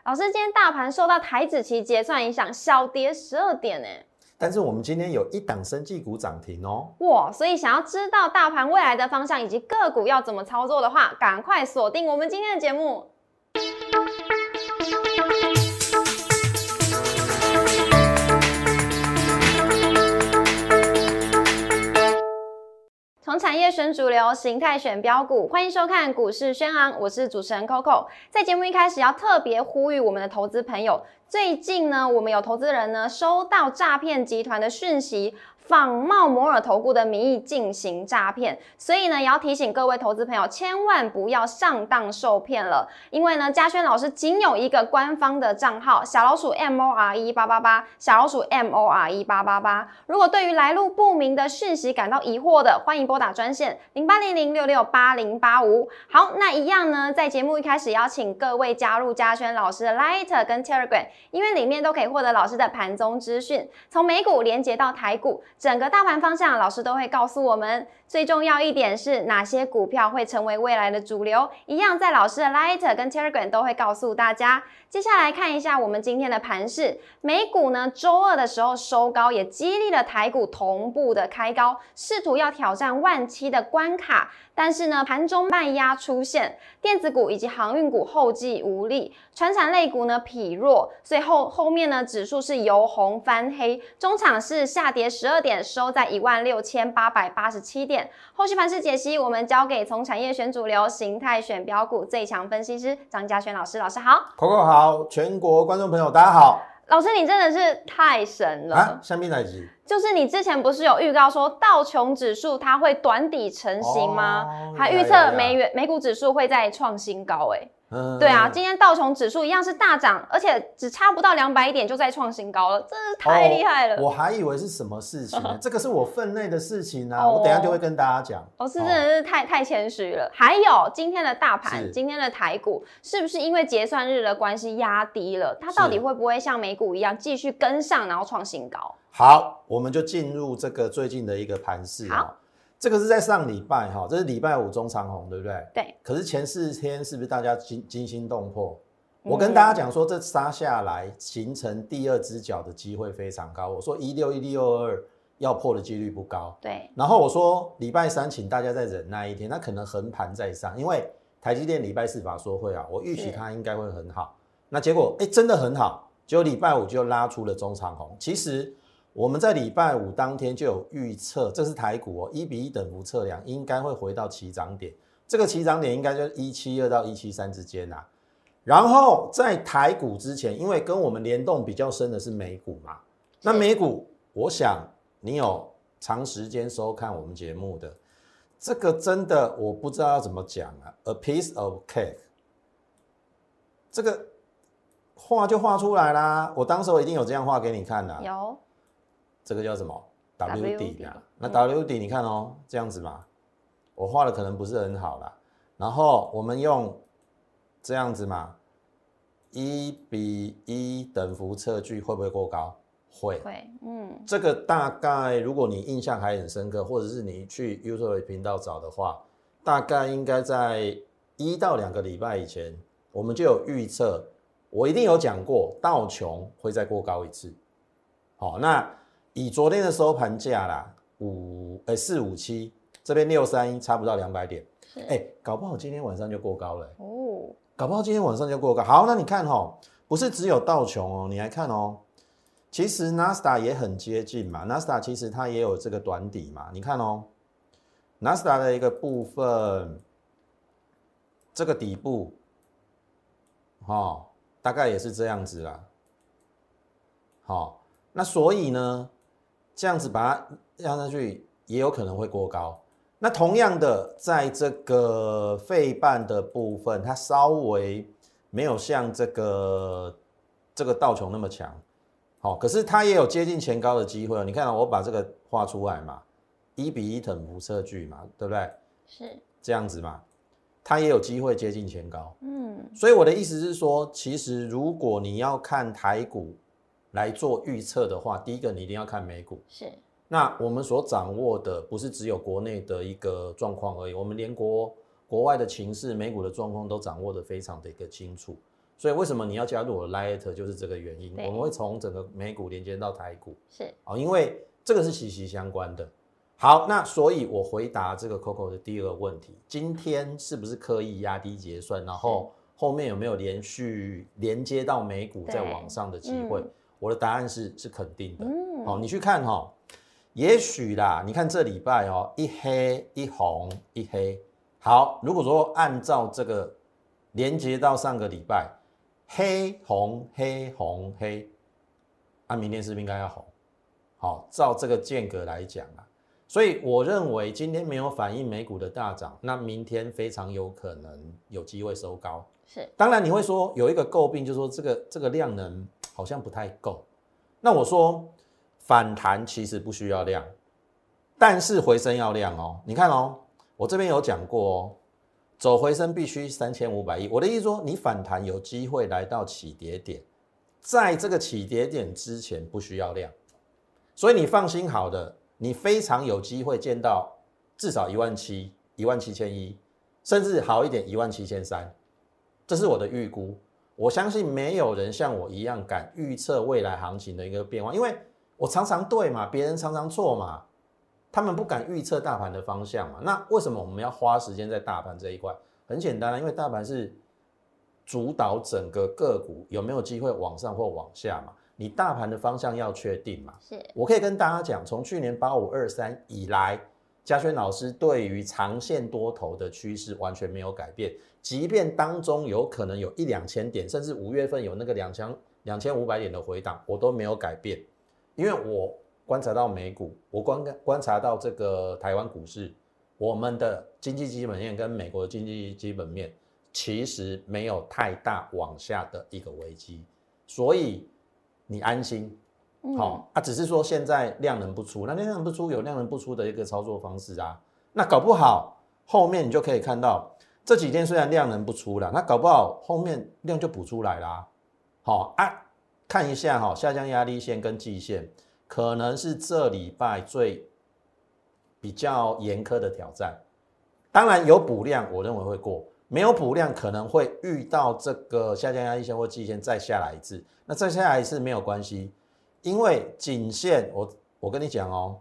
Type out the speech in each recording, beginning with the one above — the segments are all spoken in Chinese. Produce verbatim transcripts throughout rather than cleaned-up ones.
老师，今天大盘受到台指期结算影响，小跌十二点哎。 但是我们今天有一档生技股涨停哦， 哇！所以想要知道大盘未来的方向以及个股要怎么操作的话，赶快锁定我们今天的节目。从产业选主流，形态选标股，欢迎收看股市轩昂，我是主持人 Coco。在节目一开始要特别呼吁我们的投资朋友，最近呢，我们有投资人呢收到诈骗集团的讯息，仿冒摩尔投顾的名义进行诈骗，所以呢，也要提醒各位投资朋友，千万不要上当受骗了。因为呢，嘉轩老师仅有一个官方的账号，小老鼠 M O R E 八八八，小老鼠 M O R E 八八八。如果对于来路不明的讯息感到疑惑的，欢迎拨打专线零八零零六六八零八五。好，那一样呢，在节目一开始邀请各位加入嘉轩老师的 Line 跟 Telegram， 因为里面都可以获得老师的盘中资讯，从美股连结到台股。整个大盘方向，老师都会告诉我们。最重要一点是哪些股票会成为未来的主流，一样在老师的 Line 跟 Telegram 都会告诉大家。接下来看一下我们今天的盘势，美股呢周二的时候收高，也激励了台股同步的开高，试图要挑战万七的关卡。但是呢，盘中卖压出现，电子股以及航运股后继无力，传产类股呢疲弱，所以后后面呢指数是由红翻黑，中场是下跌十二点，收在一万六千八百八十七点。后续盘势解析，我们交给从产业选主流、形态选标股最强分析师张嘉轩老师，老师好。 Coco 好，全国观众朋友大家好。 老师，你真的是太神了啊！下面哪集？就是你之前不是有预告说道琼指数它会短底成型吗？哦、还预测美元美股指数会再创新高、欸，嗯，对啊，今天道琼指数一样是大涨，而且只差不到两百点就再创新高了，真是太厉害了、 哦。我还以为是什么事情呢？这个是我分内的事情啊，哦、我等一下就会跟大家讲。 老师真的是太、哦、太谦虚了。还有今天的大盘，今天的台股是不是因为结算日的关系压低了？它到底会不会像美股一样继续跟上，然后创新高？ 好，我们就进入这个最近的一个盘势啊。这个是在上礼拜哈，这是礼拜五中长红，对不对？ 对。 可是前四天是不是大家惊惊心动魄？嗯、我跟大家讲说，这杀下来形成第二只脚的机会非常高。我说一六一六二要破的几率不高。 对。 然后我说礼拜三请大家再忍耐一天，那可能横盘在上，因为台积电礼拜四法说会啊，我预期它应该会很好。那结果哎真的很好，结果礼拜五就拉出了中长红。其实。我们在礼拜五当天就有预测，这是台股哦，一比一等幅测量应该会回到起涨点，这个起涨点应该就是一七二到一七三之间啊。然后在台股之前，因为跟我们联动比较深的是美股嘛，那美股，我想你有长时间收看我们节目的，这个真的我不知道要怎么讲啊 ，a piece of cake， 这个画就画出来啦，我当时我一定有这样画给你看啦， 有。 这个叫什么 W 底啊？那 W 底你看哦，这样子嘛，我画的可能不是很好啦。然后我们用这样子嘛，一比一等幅测距会不会过高？会， 会，嗯。 这个大概如果你印象还很深刻，或者是你去 YouTube 频道找的话，大概应该在一到两个礼拜以前，我们就有预测，我一定有讲过，道琼会再过高一次。好，那。以昨天的收盘价啦，五哎四五七，这边六三一，差不到两百点，哎，搞不好今天晚上就过高了、欸、哦，搞不好今天晚上就过高。好，那你看哦，不是只有道琼哦，你来看哦，其实纳斯达也很接近嘛，纳斯达其实它也有这个短底嘛，你看哦，纳斯达的一个部分，这个底部，哦，大概也是这样子啦，好、哦，那所以呢？这样子把它让上去，也有可能会过高。那同样的，在这个费半的部分，它稍微没有像这个这个道琼那么强，好、哦，可是它也有接近前高的机会。你看、哦，我把这个画出来嘛，一比一等幅测距嘛，对不对？ 是这样子嘛，它也有机会接近前高。嗯，所以我的意思是说，其实如果你要看台股。来做预测的话，第一个你一定要看美股。 是。 那我们所掌握的不是只有国内的一个状况而已，我们连国国外的情势、美股的状况都掌握得非常的一个清楚。 所以为什么你要加入我的 Lite 就是这个原因。 对我们会从整个美股连接到台股， 是哦，因为这个是息息相关的。好，那所以我回答这个 Coco 的第二个问题，今天是不是刻意压低结算，然后后面有没有连续连接到美股在往上的机会？嗯、我的答案是是肯定的。嗯，哦，你去看哈、哦，也许啦，你看这礼拜哦，一黑一红一黑。好，如果说按照这个连接到上个礼拜，黑红黑红黑，啊，明天是不是应该要红？好，照这个间隔来讲啊。所以我认为今天没有反映美股的大涨，那明天非常有可能有机会收高。 是， 当然你会说有一个诟病，就是说这个这个量能好像不太够。那我说反弹其实不需要量，但是回升要量哦。你看哦，我这边有讲过哦，走回升必须三千五百亿。我的意思说，你反弹有机会来到起跌点，在这个起跌点之前不需要量，所以你放心好的。你非常有机会见到至少一万七、一万七千一，甚至好一点一万七千三，这是我的预估。我相信没有人像我一样敢预测未来行情的一个变化，因为我常常对嘛，别人常常错嘛，他们不敢预测大盘的方向嘛。那为什么我们要花时间在大盘这一块？很简单，因为大盘是主导整个个股有没有机会往上或往下嘛。你大盘的方向要确定嘛？ 是， 我可以跟大家讲，从去年八五二三以来，嘉轩老师对于长线多头的趋势完全没有改变，即便当中有可能有一两千点，甚至五月份有那个两千两千五百点的回档，我都没有改变，因为我观察到美股，我观观察到这个台湾股市，我们的经济基本面跟美国的经济基本面其实没有太大往下的一个危机，所以。你安心，好、嗯哦、啊，只是说现在量能不出，那量能不出有量能不出的一个操作方式啊，那搞不好后面你就可以看到这几天虽然量能不出了，那搞不好后面量就补出来啦，好、哦、啊，看一下哈、哦，下降压力线跟季线可能是这礼拜最比较严苛的挑战，当然有补量，我认为会过。没有补量可能会遇到这个下降压力线或季线再下来一次，那再下来一次没有关系，因为颈线我我跟你讲哦，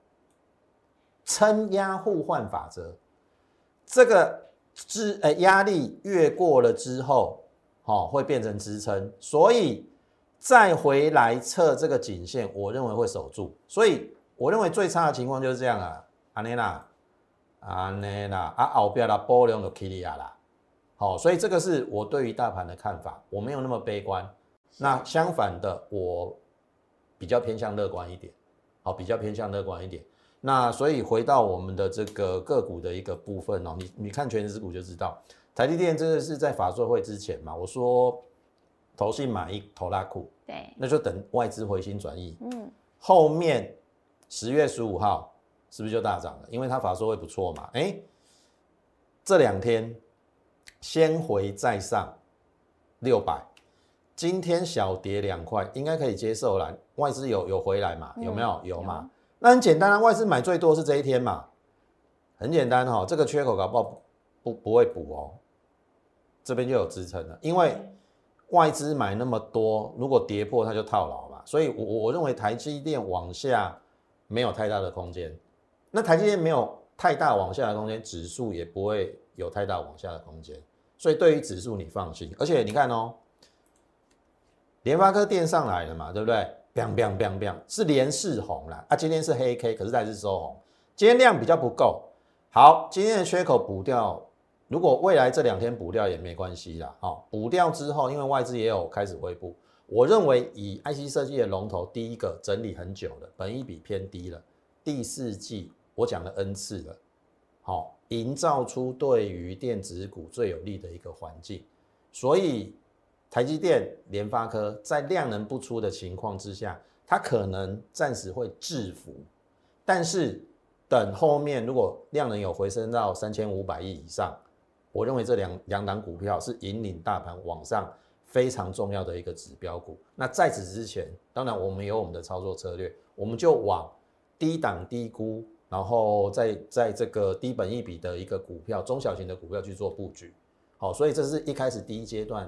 撑压互换法则，这个支呃压力越过了之后，哦会变成支撑，所以再回来测这个颈线，我认为会守住，所以我认为最差的情况就是这样啊，安尼啦，安尼啦，啊后边啦波量就起来啦。好，所以这个是我对于大盘的看法，我没有那么悲观。那相反的，我比较偏向乐观一点，好，比较偏向乐观一点。那所以回到我们的这个个股的一个部分哦，你你看全指股就知道，台积电真的是在法说会之前嘛，我说投信买一头拉库， 对， 那就等外资回心转意。嗯，后面十月十五号是不是就大涨了？因为它法说会不错嘛，哎，这两天。先回再上六百，今天小跌两块，应该可以接受啦。外资有有回来嘛？有没有？嗯、有嘛？那很简单啊，外资买最多是这一天嘛，很简单哈、哦。这个缺口搞不好不不不会补哦，这边就有支撑了，因为外资买那么多，如果跌破它就套牢嘛。所以我我认为台积电往下没有太大的空间，那台积电没有太大往下的空间，指数也不会有太大往下的空间。所以对于指数你放心，而且你看哦，联发科电上来了嘛，对不对 ？biang biang biang biang 是连四红啦，啊，今天是黑 K， 可是它是收红，今天量比较不够。好，今天的缺口补掉，如果未来这两天补掉也没关系啦。好、哦，补掉之后，因为外资也有开始回补，我认为以 I C 设计的龙头，第一个整理很久了，本益比偏低了，第四季我讲了 N 次了，好、哦。营造出对于电子股最有利的一个环境，所以台积电、联发科在量能不出的情况之下，它可能暂时会制服，但是等后面如果量能有回升到三千五百亿以上，我认为这两两档股票是引领大盘往上非常重要的一个指标股。那在此之前，当然我们有我们的操作策略，我们就往低档低估。然后在在这个低本益比的一个股票，中小型的股票去做布局，好，所以这是一开始第一阶段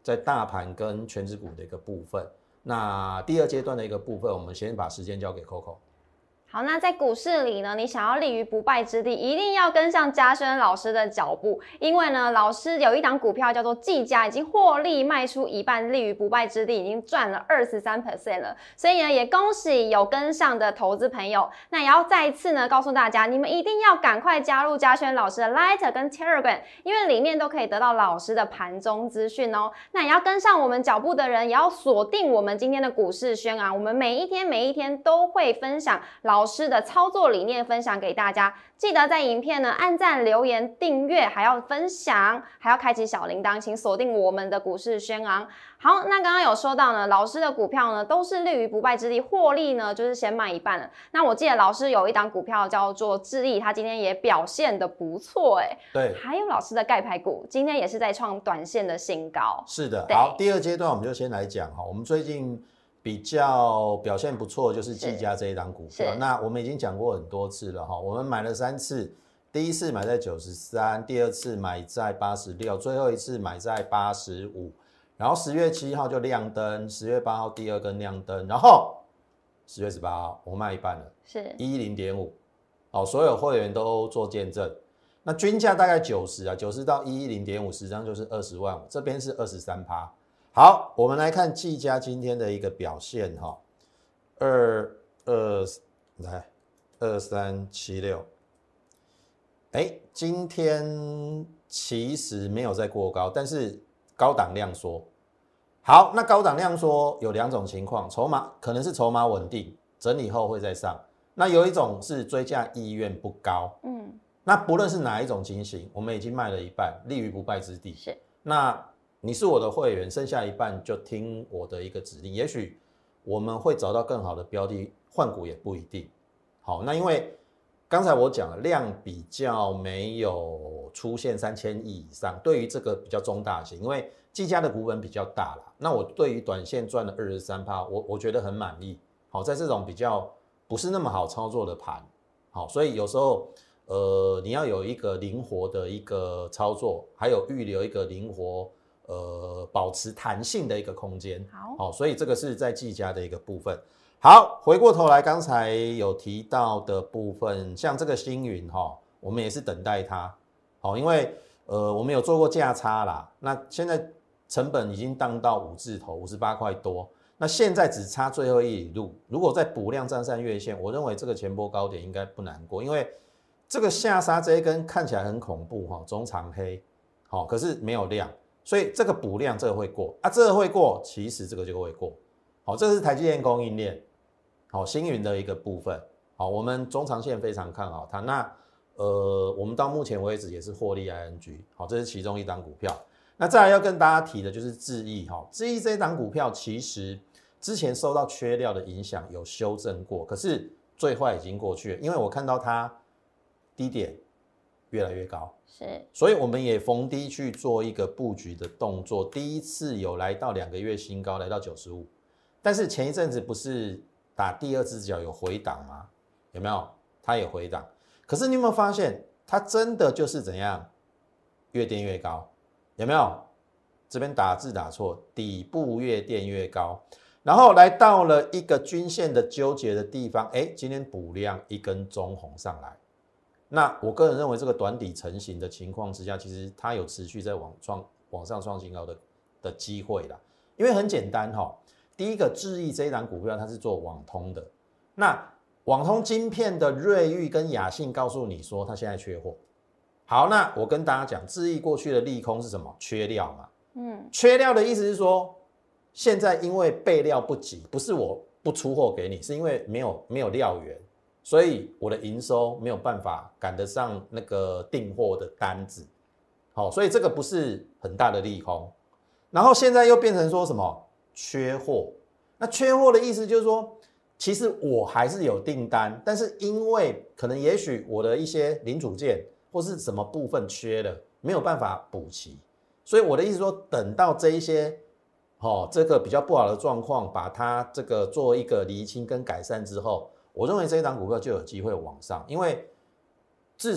在大盘跟全指股的一个部分。那第二阶段的一个部分，我们先把时间交给 Coco。 好，那在股市里呢，你想要立于不败之地，一定要跟上嘉轩老师的脚步，因为呢，老师有一档股票叫做技嘉，已经获利卖出一半，立于不败之地，已经赚了 百分之二十三 了。所以呢，也恭喜有跟上的投资朋友。那也要再一次呢，告诉大家，你们一定要赶快加入嘉轩老师的 Line 跟 Telegram， 因为里面都可以得到老师的盘中资讯哦。那也要跟上我们脚步的人，也要锁定我们今天的股市宣昂，我们每一天每一天都会分享老师的操作理念分享给大家，记得在影片呢按赞、留言、订阅，还要分享，还要开启小铃铛，请锁定我们的股市宣昂。好，那刚刚有说到呢，老师的股票呢都是立于不败之地，获利呢就是先卖一半了。那我记得老师有一档股票叫做智毅，它今天也表现得不错，哎， 对， 还有老师的盖牌股今天也是在创短线的新高。 是的，好，第二阶段我们就先来讲哈，我们最近比较表现不错就是技嘉这一档股票，那我们已经讲过很多次了哈，我们买了三次，第一次买在九十三，第二次买在八十六，最后一次买在八十五，然后十月七号就亮灯，十月八号第二根亮灯，然后十月十八号我卖一半了，是一一零点五，好，所有会员都做见证。那均价大概九十啊，九十到一一零点五，实际上就是二十万五，这边是二十三趴。好，我们来看技嘉今天的一个表现哈，二二来二三七六，哎，今天其实没有再过高，但是高档量缩。好，那高档量缩有两种情况，筹码可能是筹码稳定，整理后会再上。那有一种是追价意愿不高，嗯，那不论是哪一种情形，我们已经卖了一半，立于不败之地。是，那你是我的会员，剩下一半就听我的一个指令，也许我们会找到更好的标的，换股也不一定。好，那因为刚才我讲了，量比较没有出现三千亿以上，对于这个比较中大型，因为技嘉的股本比较大啦，那我对于短线赚了 百分之二十三， 我我觉得很满意。好，在这种比较不是那么好操作的盘，好，所以有时候呃你要有一个灵活的一个操作，还有预留一个灵活。呃，保持弹性的一个空间，好，好，所以这个是在技嘉的一个部分。好，回过头来，刚才有提到的部分，像这个星云哈，我们也是等待它，好，因为呃，我们有做过价差啦，那现在成本已经荡到五字头，五十八块多，那现在只差最后一里路，如果再补量站上月线，我认为这个前波高点应该不难过，因为这个下杀这一根看起来很恐怖哈，中长黑，好，可是没有量。所以这个补量这个会过啊，这个会过，其实这个就会过。好，这是台积电供应链，好，星云的一个部分。好，我们中长线非常看好它。那呃，我们到目前为止也是获利 I N G。好，这是其中一档股票。那再来要跟大家提的就是智毅哈，智毅这一档股票其实之前受到缺料的影响有修正过，可是最坏已经过去了，因为我看到它低点越来越高。是，所以我们也逢低去做一个布局的动作。第一次有来到两个月新高，来到九十五，但是前一阵子不是打第二只脚有回档吗？有没有？它也回档，可是你有没有发现，它真的就是怎样，越垫越高？有没有？这边打字打错，底部越垫越高，然后来到了一个均线的纠结的地方，哎，今天补量一根中红上来。那我个人认为，这个短底成型的情况之下，其实它有持续在往创往上创新高的的机会啦。因为很简单哈、哦，第一个智毅这一档股票它是做网通的，那网通晶片的瑞昱跟雅信告诉你说它现在缺货。好，那我跟大家讲，智毅过去的利空是什么？缺料嘛。嗯，缺料的意思是说，现在因为备料不及，不是我不出货给你，是因为没有没有料源。所以我的营收没有办法赶得上那个订货的单子，好，所以这个不是很大的利空。然后现在又变成说什么缺货？那缺货的意思就是说，其实我还是有订单，但是因为可能也许我的一些零组件或是什么部分缺了，没有办法补齐。所以我的意思说，等到这一些哦这个比较不好的状况，把它这个做一个厘清跟改善之后。我认为这一档股票就有机会往上，因为至少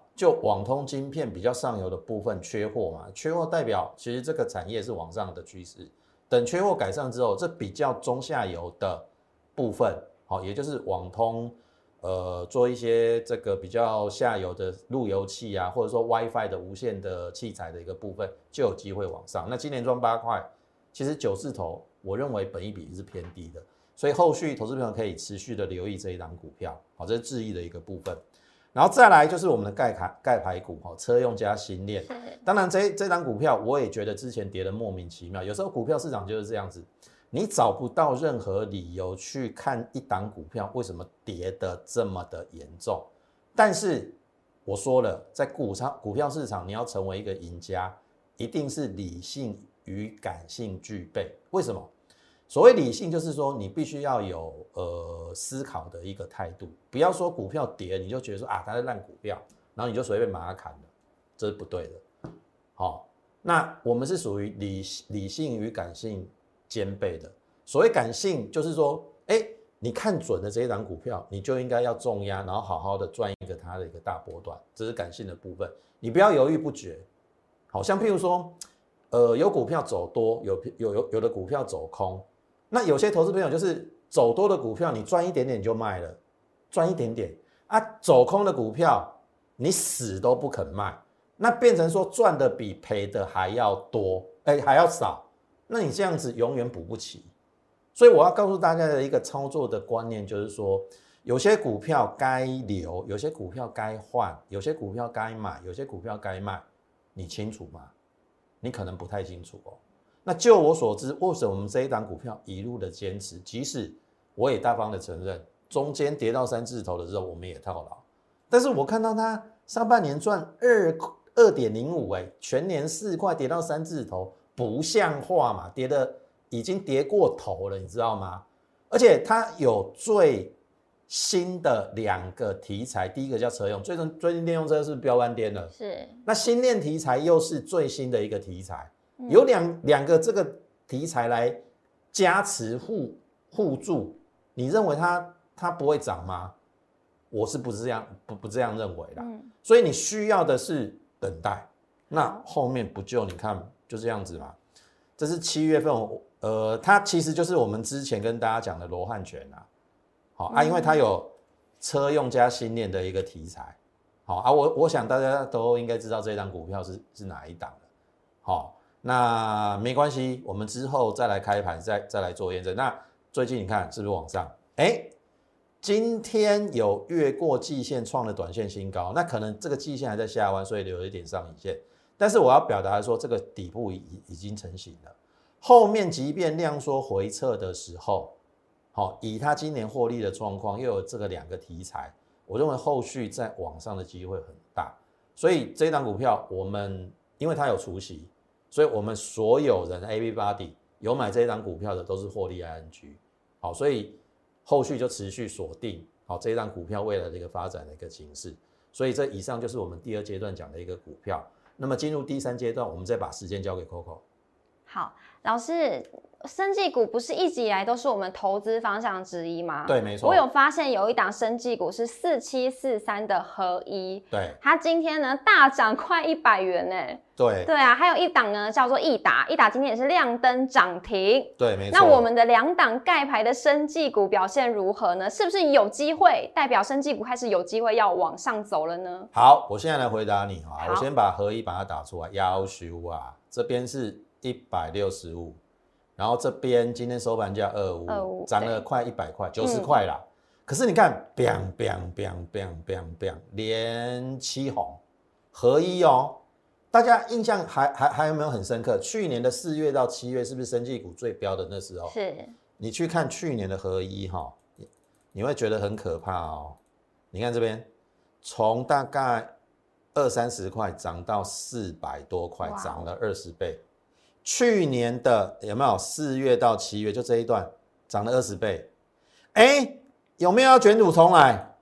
就网通晶片比较上游的部分缺货嘛，缺货代表其实这个产业是往上的趋势。等缺货改善之后，这比较中下游的部分，好，也就是网通，呃，做一些这个比较下游的路由器啊，或者说 WiFi 的无线的器材的一个部分，就有机会往上。那今年赚八块，其实九字头，我认为本益比是偏低的，所以后续投资朋友可以持续的留意这一档股票，好，这是智易的一个部分。然后再来就是我们的钙牌钙牌股，车用加新链。当然这这档股票我也觉得之前跌得莫名其妙，有时候股票市场就是这样子，你找不到任何理由去看一档股票为什么跌得这么的严重。但是我说了，在股场股票市场，你要成为一个赢家，一定是理性与感性具备。为什么？所谓理性，就是说你必须要有呃思考的一个态度，不要说股票跌你就觉得说啊它是烂股票，然后你就随便把它砍了，这是不对的。好，那我们是属于理理性与感性兼备的。所谓感性，就是说，哎，你看准了这一档股票，你就应该要重压，然后好好的赚一个它的一个大波段，这是感性的部分。你不要犹豫不决。好像譬如说，呃，有股票走多，有有有有的股票走空。那有些投资朋友就是走多的股票，你赚一点点就卖了，赚一点点啊；走空的股票，你死都不肯卖，那变成说赚的比赔的还要多，哎，还要少，那你这样子永远补不齐。所以我要告诉大家的一个操作的观念就是说，有些股票该留，有些股票该换，有些股票该买，有些股票该卖，你清楚吗？你可能不太清楚哦。那就我所知，为什么我们这一档股票一路的坚持？即使我也大方的承认，中间跌到三字头的时候，我们也套牢。但是我看到它上半年赚二二点零五，哎，全年四块跌到三字头，不像话嘛，跌的已经跌过头了，你知道吗？而且它有最新的两个题材，第一个叫车用，最近最近电动车是飙翻天了， 是。那新链题材又是最新的一个题材。有两两个这个题材来加持互互助，你认为它它不会涨吗？我是不是这样不不这样认为啦。嗯、所以你需要的是等待，那后面不就你看就这样子嘛。这是七月份，呃，它其实就是我们之前跟大家讲的罗汉拳啊，好啊，因为它有车用加新链的一个题材，好啊，我我想大家都应该知道这档股票是是哪一档了，好。那没关系，我们之后再来开盘，再再来做验证。那最近你看是不是往上？哎，今天有越过季线，创了短线新高。那可能这个季线还在下弯，所以留一点上影线。但是我要表达说，这个底部已已经成型了。后面即便量缩回撤的时候，好，以它今年获利的状况，又有这个两个题材，我认为后续在往上的机会很大。所以这一档股票，我们因为它有除息。所以我们所有人 A B Body 有买这一档股票的都是获利 I N G， 好，所以后续就持续锁定好这一档股票未来的一个发展的一个形势。所以这以上就是我们第二阶段讲的一个股票。那么进入第三阶段，我们再把时间交给 Coco。 好，老师，生技股不是一直以来都是我们投资方向之一吗？ 对，没错。 我有发现有一档生技股是四七四三的合一， 对， 它今天呢大涨快一百元呢。 对， 对啊，还有一档呢叫做易达，易达今天也是亮灯涨停。 对，没错。 那我们的两档盖牌的生技股表现如何呢？是不是有机会代表生技股开始有机会要往上走了呢？ 好，我现在来回答你哈，我先把合一把它打出来，要求啊，这边是一百六十五。然后这边今天收盘价二五，涨了快一百块，九十块啦。嗯、可是你看 ，biang biang biang biang biang biang， 连七红，合一哦。大家印象还还还有没有很深刻？去年的四月到七月，是不是生技股最飙的那时候？ 是。 你去看去年的合一哈，你会觉得很可怕哦。你看这边，从大概二三十块涨到四百多块，涨了二十倍。去年的有没有四月到七月就这一段涨了二十倍？哎，有没有要卷土重来？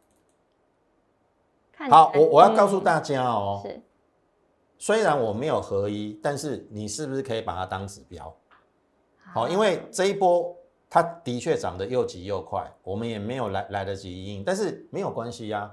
好，我我要告诉大家哦，嗯、虽然我没有合一，但是你是不是可以把它当指标？好，因为这一波它的确涨得又急又快，我们也没有来来得及因应，但是没有关系呀、啊。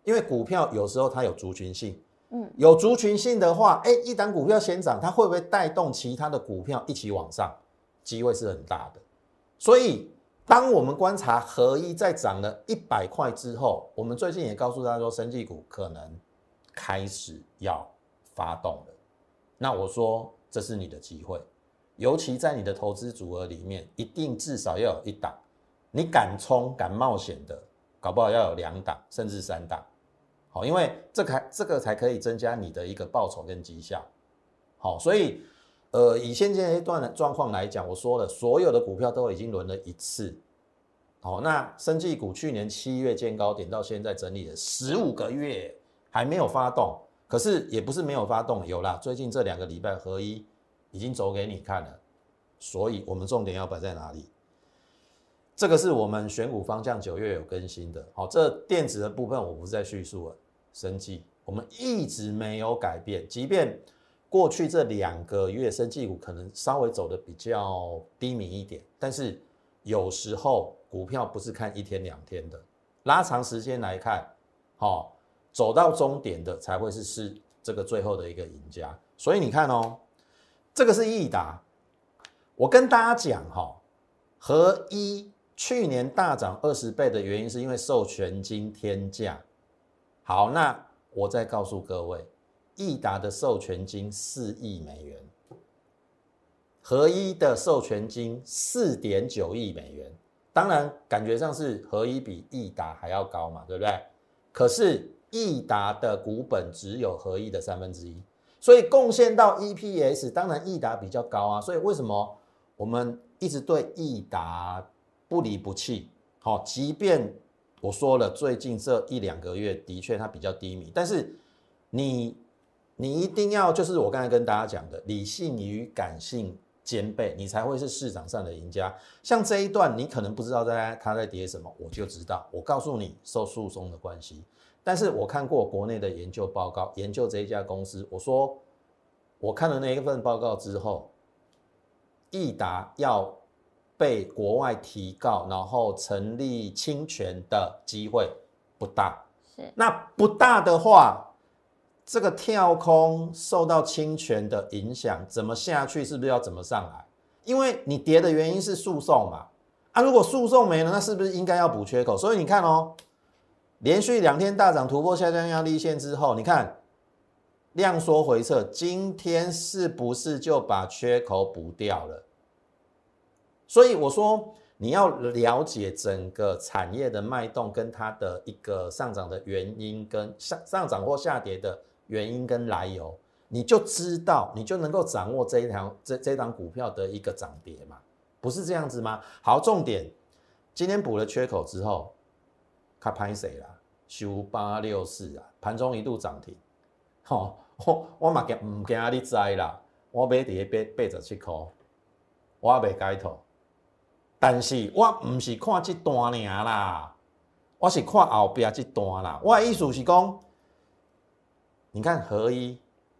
因为股票有时候它有族群性， 嗯， 有族群性的话，哎，一档股票先涨，它会不会带动其他的股票一起往上？机会是很大的。所以，当我们观察合一在涨了一百块之后，我们最近也告诉大家说，生技股可能开始要发动了。那我说，这是你的机会，尤其在你的投资组合里面，一定至少要有一档，你敢冲、敢冒险的，搞不好要有两档甚至三档。好，因为这个这个才可以增加你的一个报酬跟绩效。好，所以呃，以现阶段的状况来讲，我说了，所有的股票都已经轮了一次。好，那生技股去年七月见高点，到现在整理了十五个月，还没有发动。可是也不是没有发动，有啦，最近这两个礼拜合一已经走给你看了。所以我们重点要摆在哪里？这个是我们选股方向九月有更新的。好，这电子的部分我不再叙述了。生技我们一直没有改变，即便过去这两个月生技股可能稍微走的比较低迷一点，但是有时候股票不是看一天两天的，拉长时间来看，好，走到终点的才会是是这个最后的一个赢家。所以你看哦，这个是益达，我跟大家讲哈，合一去年大涨二十倍的原因是因为授权金天价。好，那我再告诉各位，益达的授权金四亿美元，合一的授权金四点九亿美元。当然，感觉上是合一比益达还要高嘛，对不对？可是益达的股本只有合一的三分之一，所以贡献到 E P S， 当然益达比较高啊。所以为什么我们一直对益达不离不弃？好，即便我说了，最近这一两个月的确它比较低迷，但是你你一定要就是我刚才跟大家讲的，理性与感性兼备，你才会是市场上的赢家。像这一段你可能不知道在它在跌什么，我就知道，我告诉你受诉讼的关系。但是我看过国内的研究报告，研究这一家公司，我说我看了那一份报告之后，益达要被国外提告，然后成立侵权的机会不大。 是， 那不大的话，这个跳空受到侵权的影响，怎么下去？是不是要怎么上来？因为你跌的原因是诉讼嘛。啊，如果诉讼没了，那是不是应该要补缺口？所以你看哦，连续两天大涨突破下降压力线之后，你看量缩回撤，今天是不是就把缺口补掉了？所以我说，你要了解整个产业的脉动跟它的一个上涨的原因，跟上上涨或下跌的原因跟来由，你就知道，你就能够掌握这一条这这档股票的一个涨跌嘛，不是这样子吗？好，重点，今天补了缺口之后，它拍谁啦？收八六四啊，盘中一度涨停，吼、哦，我我嘛唔惊你知啦，我买伫个八八十七块，我未改套。但是我不是看这段而已啦，我是看后边这段啦。我的意思是讲，你看合一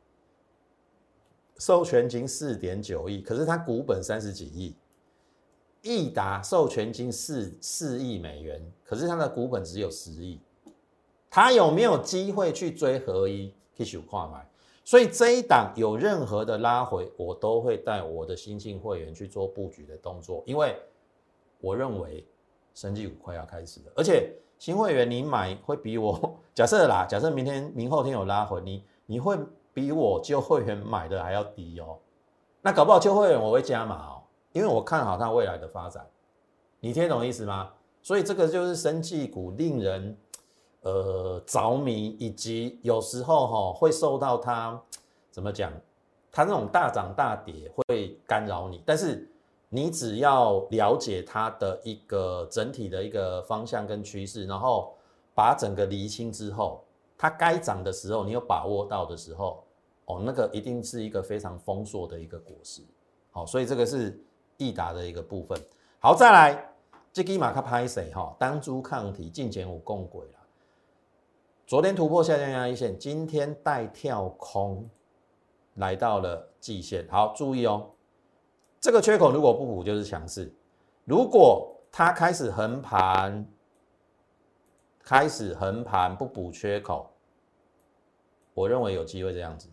授权金四点九亿，可是它股本三十几亿；益达授权金四四亿美元，可是它的股本只有十亿。它有没有机会去追合一去收看买？所以这一档有任何的拉回，我都会带我的新进会员去做布局的动作，因为我认为生技股快要开始了，而且新会员你买会比我假设啦，假设明天明后天有拉回，你你会比我旧会员买的还要低哦。那搞不好旧会员我会加码哦，因为我看好它未来的发展，你听懂意思吗？所以这个就是生技股令人呃着迷，以及有时候哈、哦、会受到它怎么讲，它那种大涨大跌会干扰你，但是你只要了解它的一个整体的一个方向跟趋势，然后把整个厘清之后，它该涨的时候，你有把握到的时候，哦，那个一定是一个非常丰硕的一个果实。好，所以这个是益达的一个部分。好，再来，这支马卡拍谁哈？单株抗体进前有共轨了。昨天突破下降压力线，今天带跳空来到了季线。好，注意哦。这个缺口如果不补就是强势，如果它开始横盘， 开始横盘不补缺口，我认为有机会这样子。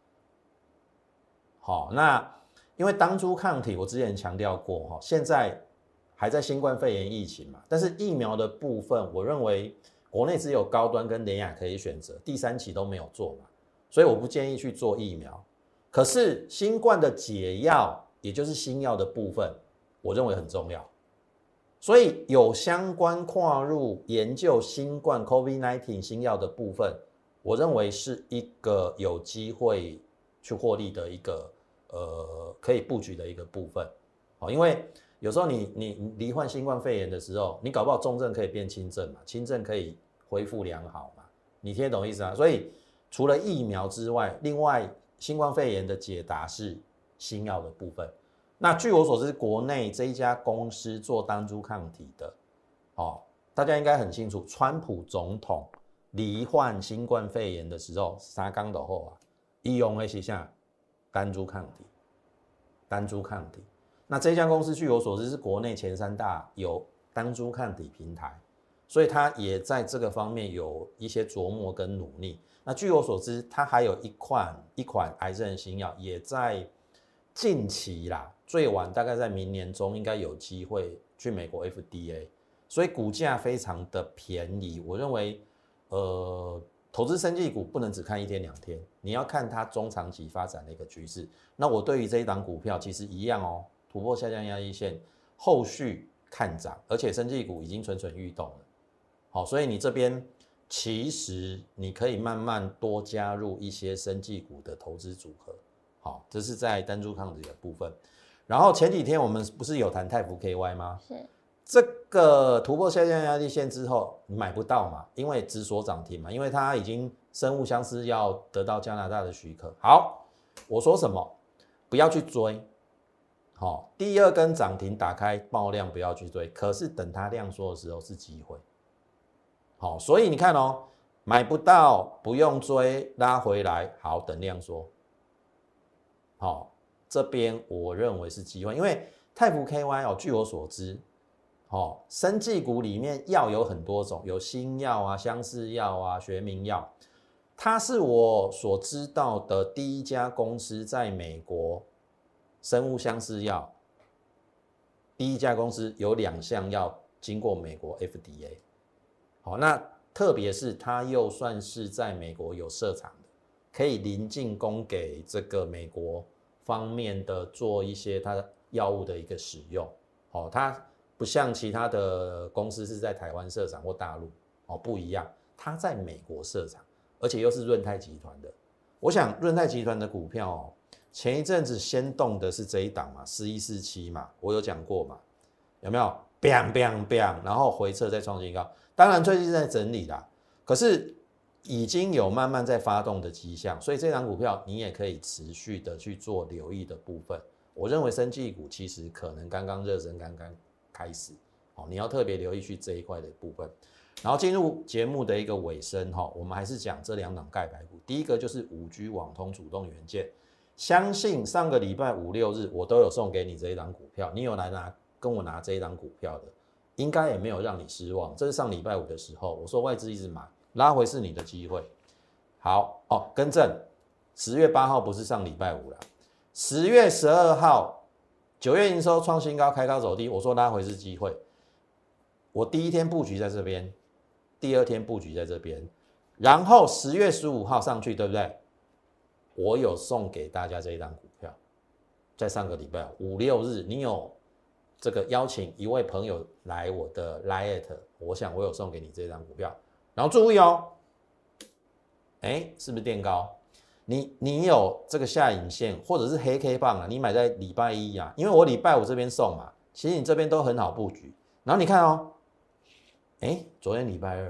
好，那因为当初抗体我之前强调过哈，现在还在新冠肺炎疫情嘛，但是疫苗的部分，我认为国内只有高端跟联亚可以选择，第三期都没有做嘛，所以我不建议去做疫苗。可是新冠的解药，也就是新药的部分，我认为很重要。所以有相关跨入研究新冠 COVID 十九 新药的部分，我认为是一个有机会去获利的一个呃可以布局的一个部分。好，因为有时候你你罹患新冠肺炎的时候，你搞不好重症可以变轻症嘛，轻症可以恢复良好嘛，你听得懂意思啊？所以除了疫苗之外，另外新冠肺炎的解答是新药的部分。那据我所知，国内这一家公司做单株抗体的，哦，大家应该很清楚，川普总统罹患新冠肺炎的时候，三天就好啊，他用的是啥？单株抗体，单株抗体。那这家公司据我所知是国内前三大有单株抗体平台，所以它也在这个方面有一些琢磨跟努力。那据我所知，它还有一款一款癌症新药，也在近期啦，最晚大概在明年中应该有机会去美国 F D A， 所以股价非常的便宜。我认为，呃，投资生技股不能只看一天两天，你要看它中长期发展的一个趋势。那我对于这一档股票其实一样哦，突破下降压力线，后续看涨，而且生技股已经蠢蠢欲动了。好，所以你这边其实你可以慢慢多加入一些生技股的投资组合。好，这是在单株抗体的部分。然后前几天我们不是有谈泰福 K Y 吗？ 是。 这个突破下降压力线之后，你买不到嘛？因为只锁涨停嘛，因为它已经生物相似要得到加拿大的许可。好，我说什么？不要去追。好，第二根涨停打开爆量，不要去追。可是等它量缩的时候是机会。好，所以你看哦，买不到不用追，拉回来，好，等量缩。好，这边我认为是机会，因为泰福 K Y 哦，据我所知，哦，生技股里面药有很多种，有新药啊、相似药啊、学名药，它是我所知道的第一家公司在美国生物相似药，第一家公司有两项药经过美国 F D A， 好，那特别是它又算是在美国有设厂的。可以临近供给这个美国方面的做一些它的药物的一个使用，哦，它不像其他的公司是在台湾设厂或大陆，哦，不一样，它在美国设厂，而且又是润泰集团的。我想润泰集团的股票哦，前一阵子先动的是这一档嘛，四一四七嘛，我有讲过嘛，有没有 ？biang biang biang， 然后回撤再创新高，当然最近在整理啦，可是。已经有慢慢在发动的迹象，所以这档股票你也可以持续的去做留意的部分。我认为生技股其实可能刚刚热身，刚刚开始，哦，你要特别留意去这一块的部分。然后进入节目的一个尾声，哈，我们还是讲这两档盖牌股。第一个就是 五 G 网通主动元件，相信上个礼拜五六日我都有送给你这一档股票，你有来拿跟我拿这一档股票的，应该也没有让你失望。这是上礼拜五的时候，我说外资一直买。拉回是你的机会，好哦，更正，十月八号不是上礼拜五啦，十月十二号，九月营收创新高，开高走低，我说拉回是机会，我第一天布局在这边，第二天布局在这边，然后十月十五号上去，对不对？我有送给大家这一档股票，在上个礼拜五六日，你有这个邀请一位朋友来我的 Line， 我想我有送给你这一档股票。然后注意哦，哎，是不是垫高？你你有这个下影线或者是黑 K 棒啊？你买在礼拜一啊，因为我礼拜五这边送嘛，其实你这边都很好布局。然后你看哦，哎，昨天礼拜二，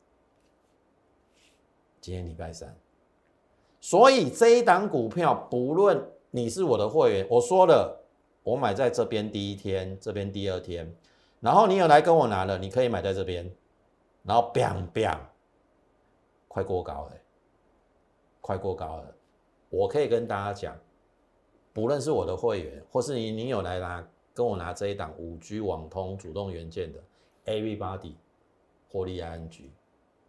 今天礼拜三，所以这一档股票，不论你是我的会员，我说了，我买在这边第一天，这边第二天，然后你有来跟我拿了，你可以买在这边。然后 biang biang， 快过高了，快过高了。我可以跟大家讲，不论是我的会员，或是你你有来拿跟我拿这一档 五 G 网通主动元件的 ，everybody 获利 I N G，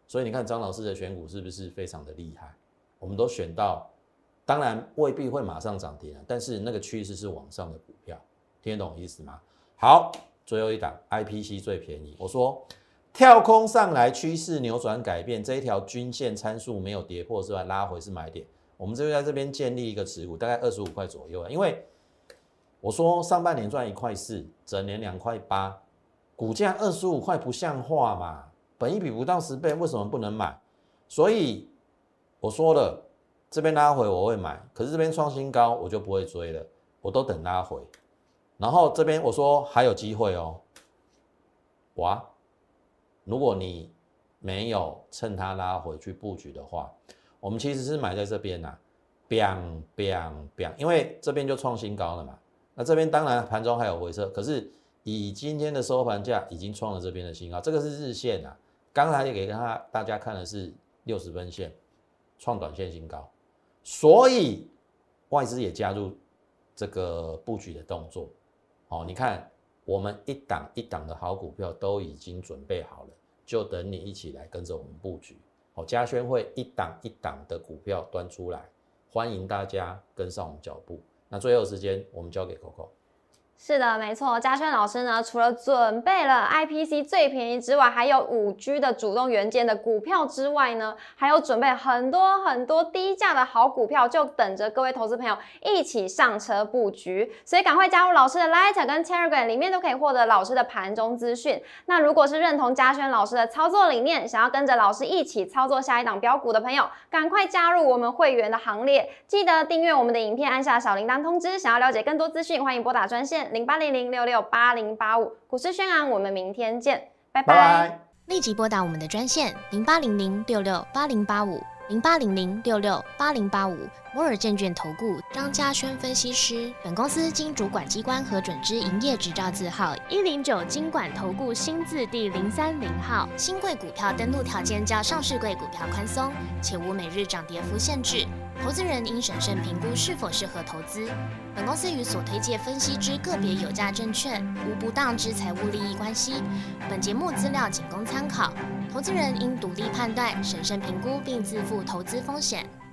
所以你看张老师的选股是不是非常的厉害？我们都选到，当然未必会马上涨停，但是那个趋势是往上的股票，听得懂意思吗？好，最后一档 I P C 最便宜，我说跳空上来，趋势扭转改变，这一条均线参数没有跌破之外，拉回是买点。我们就在这边建立一个持股，大概二十五块左右，因为我说上半年赚一块四，整年两块八，股价二十五块不像话嘛，本益比不到十倍，为什么不能买？所以我说了，这边拉回我会买，可是这边创新高我就不会追了，我都等拉回。然后这边我说还有机会哦，哇，如果你没有趁它拉回去布局的话，我们其实是买在这边呐，biang biang biang，因为这边就创新高了嘛。那这边当然盘中还有回撤，可是以今天的收盘价已经创了这边的新高，这个是日线啊。刚才也给大家看的是六十分线创短线新高，所以外资也加入这个布局的动作。好，你看我们一档一档的好股票都已经准备好了，就等你一起来跟着我们布局。好，嘉轩会一档一档的股票端出来，欢迎大家跟上我们脚步。那最后时间我们交给 Coco。 是的，没错，嘉轩老师呢，除了准备了 I P C 最便宜之外，还有 五 G 的主动元件的股票之外呢，还有准备很多很多低价的好股票，就等着各位投资朋友一起上车布局。所以赶快加入老师的 Line 跟 Telegram， 里面都可以获得老师的盘中资讯。那如果是认同嘉轩老师的操作理念，想要跟着老师一起操作下一档标股的朋友，赶快加入我们会员的行列，记得订阅我们的影片，按下小铃铛通知。想要了解更多资讯，欢迎拨打专线零八零零六六八零八五，股市宣昂，我们明天见，拜拜。 拜拜， 立即拨打我们的专线零八零零六六八零八五零八零零六六八零八五，摩尔证券投顾张嘉轩分析师。本公司经主管机关核准之营业执照字号一零九金管投顾新字第零三零号。新贵股票登录条件较上市贵股票宽松，且无每日涨跌幅限制。投资人应审慎评估是否适合投资。本公司与所推介分析之个别有价证券无不当之财务利益关系。本节目资料仅供参考，投资人应独立判断、审慎评估并自负投资风险。